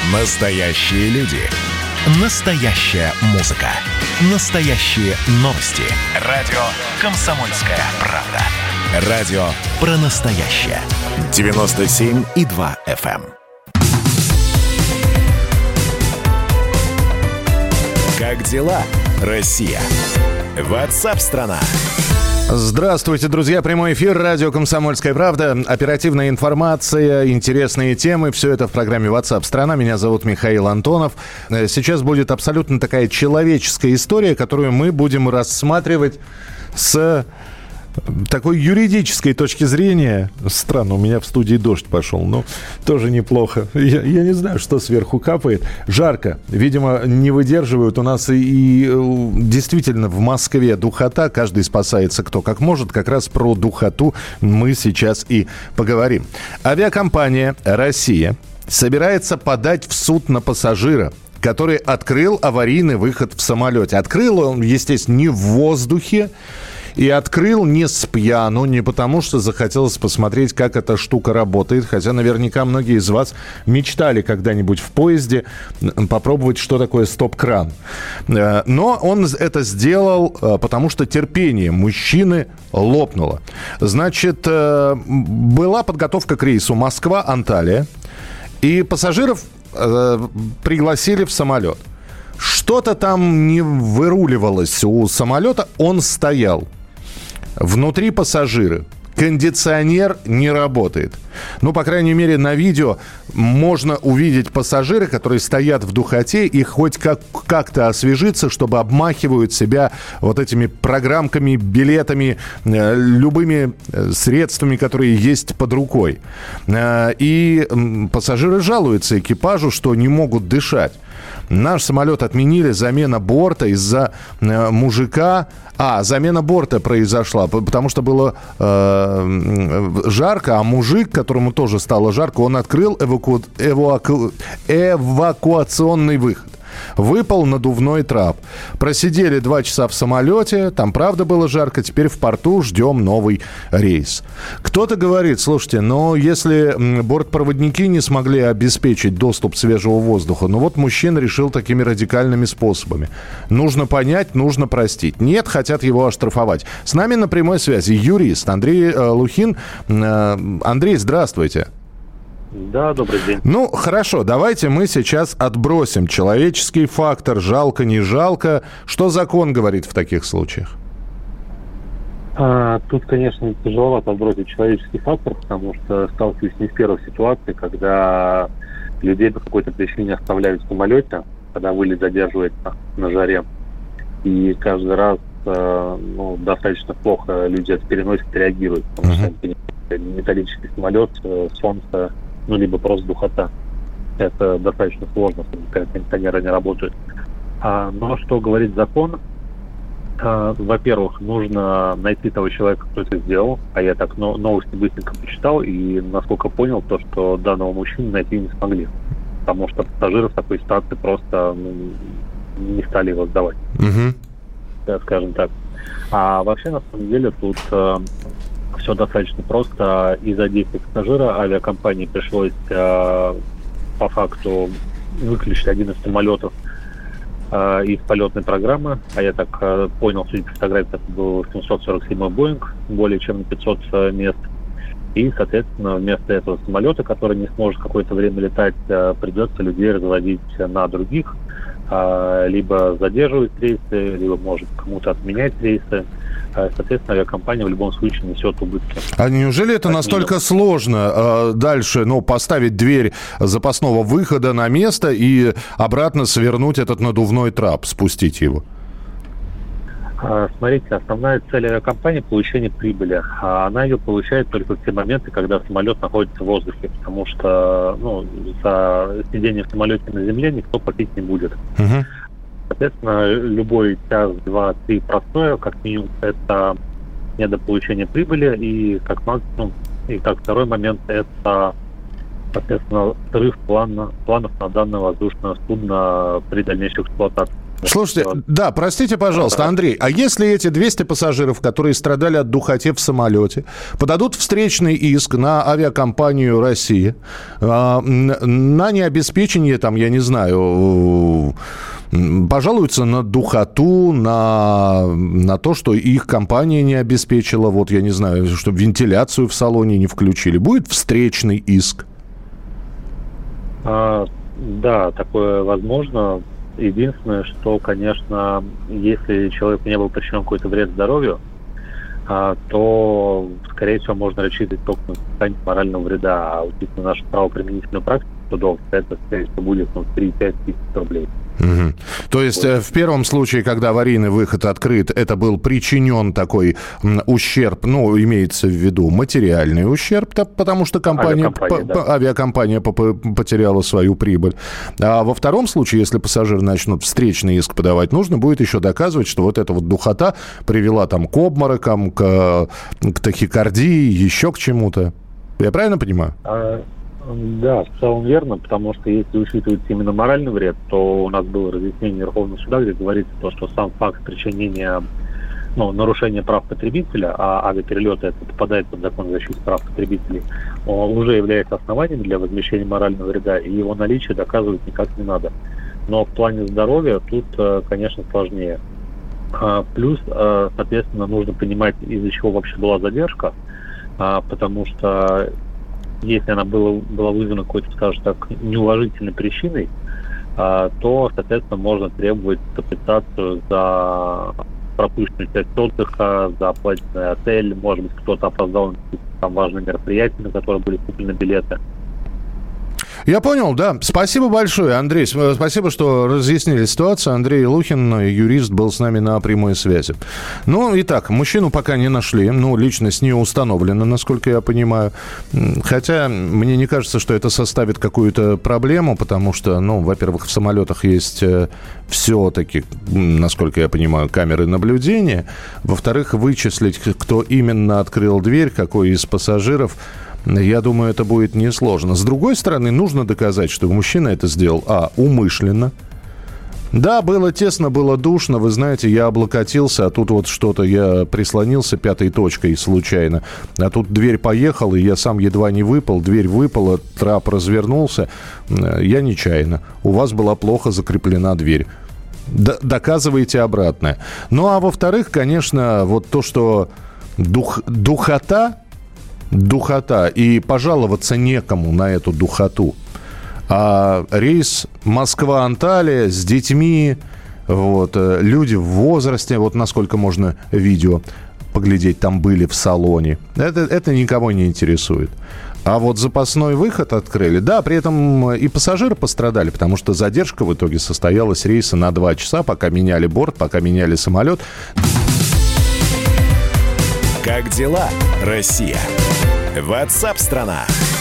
Настоящие люди. Настоящая музыка. Настоящие новости. Радио «Комсомольская правда». Радио про настоящее. 97,2 FM. Как дела, Россия? WhatsApp-страна. Здравствуйте, друзья. Прямой эфир, радио «Комсомольская правда». Оперативная информация, интересные темы. Все это в программе WhatsApp страна. Меня зовут Михаил Антонов. Сейчас будет абсолютно такая человеческая история, которую мы будем рассматривать с такой юридической точки зрения. Странно, у меня в студии дождь пошел, но тоже неплохо. Я не знаю, что сверху капает. Жарко. Видимо, не выдерживают у нас и действительно в Москве духота. Каждый спасается кто как может. Как раз про духоту мы сейчас и поговорим. Авиакомпания «Россия» собирается подать в суд на пассажира, который открыл аварийный выход в самолете. Открыл он, естественно, не в воздухе. И открыл не с пьяну, не потому что захотелось посмотреть, как эта штука работает. Хотя наверняка многие из вас мечтали когда-нибудь в поезде попробовать, что такое стоп-кран. Но он это сделал, потому что терпение мужчины лопнуло. Значит, была подготовка к рейсу Москва-Анталия. И пассажиров пригласили в самолет. Что-то там не выруливалось у самолета, он стоял. Внутри пассажиры. Кондиционер не работает. Ну, по крайней мере, на видео можно увидеть пассажиры, которые стоят в духоте и хоть как-то освежиться, чтобы обмахивают себя вот этими программками, билетами, любыми средствами, которые есть под рукой. И пассажиры жалуются экипажу, что не могут дышать. Наш самолет отменили, замена борта из-за мужика. Замена борта произошла, потому что было жарко, а мужик, которому тоже стало жарко, он открыл эвакуационный выход. Выпал надувной трап. Просидели 2 часа в самолете, там правда было жарко, теперь в порту ждем новый рейс. Кто-то говорит, слушайте, но если бортпроводники не смогли обеспечить доступ свежего воздуха, вот мужчина решил такими радикальными способами. Нужно понять, нужно простить. Нет, хотят его оштрафовать. С нами на прямой связи юрист Андрей Лухин. Андрей, здравствуйте. Да, добрый день. Хорошо, давайте мы сейчас отбросим человеческий фактор, жалко, не жалко. Что закон говорит в таких случаях? Тут, конечно, тяжеловато отбросить человеческий фактор, потому что сталкиваюсь не с первой ситуацией, когда людей по какой-то причине оставляют в самолете, когда вылет задерживается на жаре. И каждый раз достаточно плохо люди это переносят и реагируют, потому что металлический самолет, солнце, либо просто духота. Это достаточно сложно, когда кондиционеры не работают. Но что говорит закон? Во-первых, нужно найти того человека, кто это сделал. А я так новости быстренько почитал, и, насколько понял, то, что данного мужчину найти не смогли. Потому что пассажиры в такой ситуации просто не стали его сдавать. Скажем так. А вообще, на самом деле, тут все достаточно просто. Из-за действий пассажира авиакомпании пришлось по факту выключить один из самолетов из полетной программы. А я так понял, судя по фотографии, это был 747-й Боинг, более чем на 500 мест. И, соответственно, вместо этого самолета, который не сможет какое-то время летать, придется людей разводить на других. Либо задерживать рейсы, либо может кому-то отменять рейсы. Соответственно, авиакомпания в любом случае несет убытки. А неужели это настолько сложно дальше поставить дверь запасного выхода на место и обратно свернуть этот надувной трап, спустить его? Смотрите, основная цель авиакомпании – получение прибыли. Она ее получает только в те моменты, когда самолет находится в воздухе, потому что за сидение в самолете на земле никто платить не будет. Соответственно, любой час, 2, 3 простоя, как минимум, это недополучение прибыли, и как максимум, и как второй момент, это, соответственно, срыв планов на данное воздушное судно при дальнейшей эксплуатации. Слушайте, да, простите, пожалуйста, Андрей, а если эти 200 пассажиров, которые страдали от духоты в самолете, подадут встречный иск на авиакомпанию «Россия», на необеспечение, там, я не знаю, пожалуются на духоту, на то, что их компания не обеспечила, вот, я не знаю, чтобы вентиляцию в салоне не включили, будет встречный иск? Да, такое возможно. Единственное, что, конечно, если человеку не был причинен какой-то вред здоровью, то, скорее всего, можно рассчитывать только на состояние морального вреда. А учитывая нашу правоприменительную практику судов, это, скорее всего, будет 3-5 тысяч рублей. Угу. То есть в первом случае, когда аварийный выход открыт, это был причинен такой ущерб, ну, имеется в виду материальный ущерб, потому что авиакомпания потеряла свою прибыль. А во втором случае, если пассажиры начнут встречный иск подавать, нужно будет еще доказывать, что вот эта вот духота привела там к обморокам, к тахикардии, еще к чему-то. Я правильно понимаю? Да, в целом верно, потому что если учитывать именно моральный вред, то у нас было разъяснение Верховного суда, где говорится то, что сам факт причинения, нарушения прав потребителя, а авиаперелеты это попадает под закон о защите прав потребителей, уже является основанием для возмещения морального вреда, и его наличие доказывать никак не надо. Но в плане здоровья тут, конечно, сложнее. Плюс, соответственно, нужно понимать, из-за чего вообще была задержка, потому что если она была вызвана какой-то, скажем так, неуважительной причиной, то, соответственно, можно требовать компенсацию за пропущенную часть отдыха, за оплаченный отель, может быть, кто-то опоздал на там важные мероприятия, на которые были куплены билеты. Я понял, да. Спасибо большое, Андрей. Спасибо, что разъяснили ситуацию. Андрей Лухин, юрист, был с нами на прямой связи. Итак, мужчину пока не нашли. Личность не установлена, насколько я понимаю. Хотя мне не кажется, что это составит какую-то проблему, потому что, во-первых, в самолетах есть все-таки, насколько я понимаю, камеры наблюдения. Во-вторых, вычислить, кто именно открыл дверь, какой из пассажиров, я думаю, это будет несложно. С другой стороны, нужно доказать, что мужчина это сделал, умышленно. Да, было тесно, было душно, вы знаете, я облокотился, а тут вот что-то, я прислонился пятой точкой случайно, а тут дверь поехала, и я сам едва не выпал, дверь выпала, трап развернулся, я нечаянно. У вас была плохо закреплена дверь. Доказывайте обратное. А во-вторых, конечно, вот то, что духота, и пожаловаться некому на эту духоту. А рейс Москва-Анталия с детьми, люди в возрасте, насколько можно видео поглядеть, там были в салоне, это никого не интересует. А запасной выход открыли. Да, при этом и пассажиры пострадали, потому что задержка в итоге состоялась рейса на 2 часа, пока меняли борт, пока меняли самолет. Как дела, Россия? WhatsApp-страна.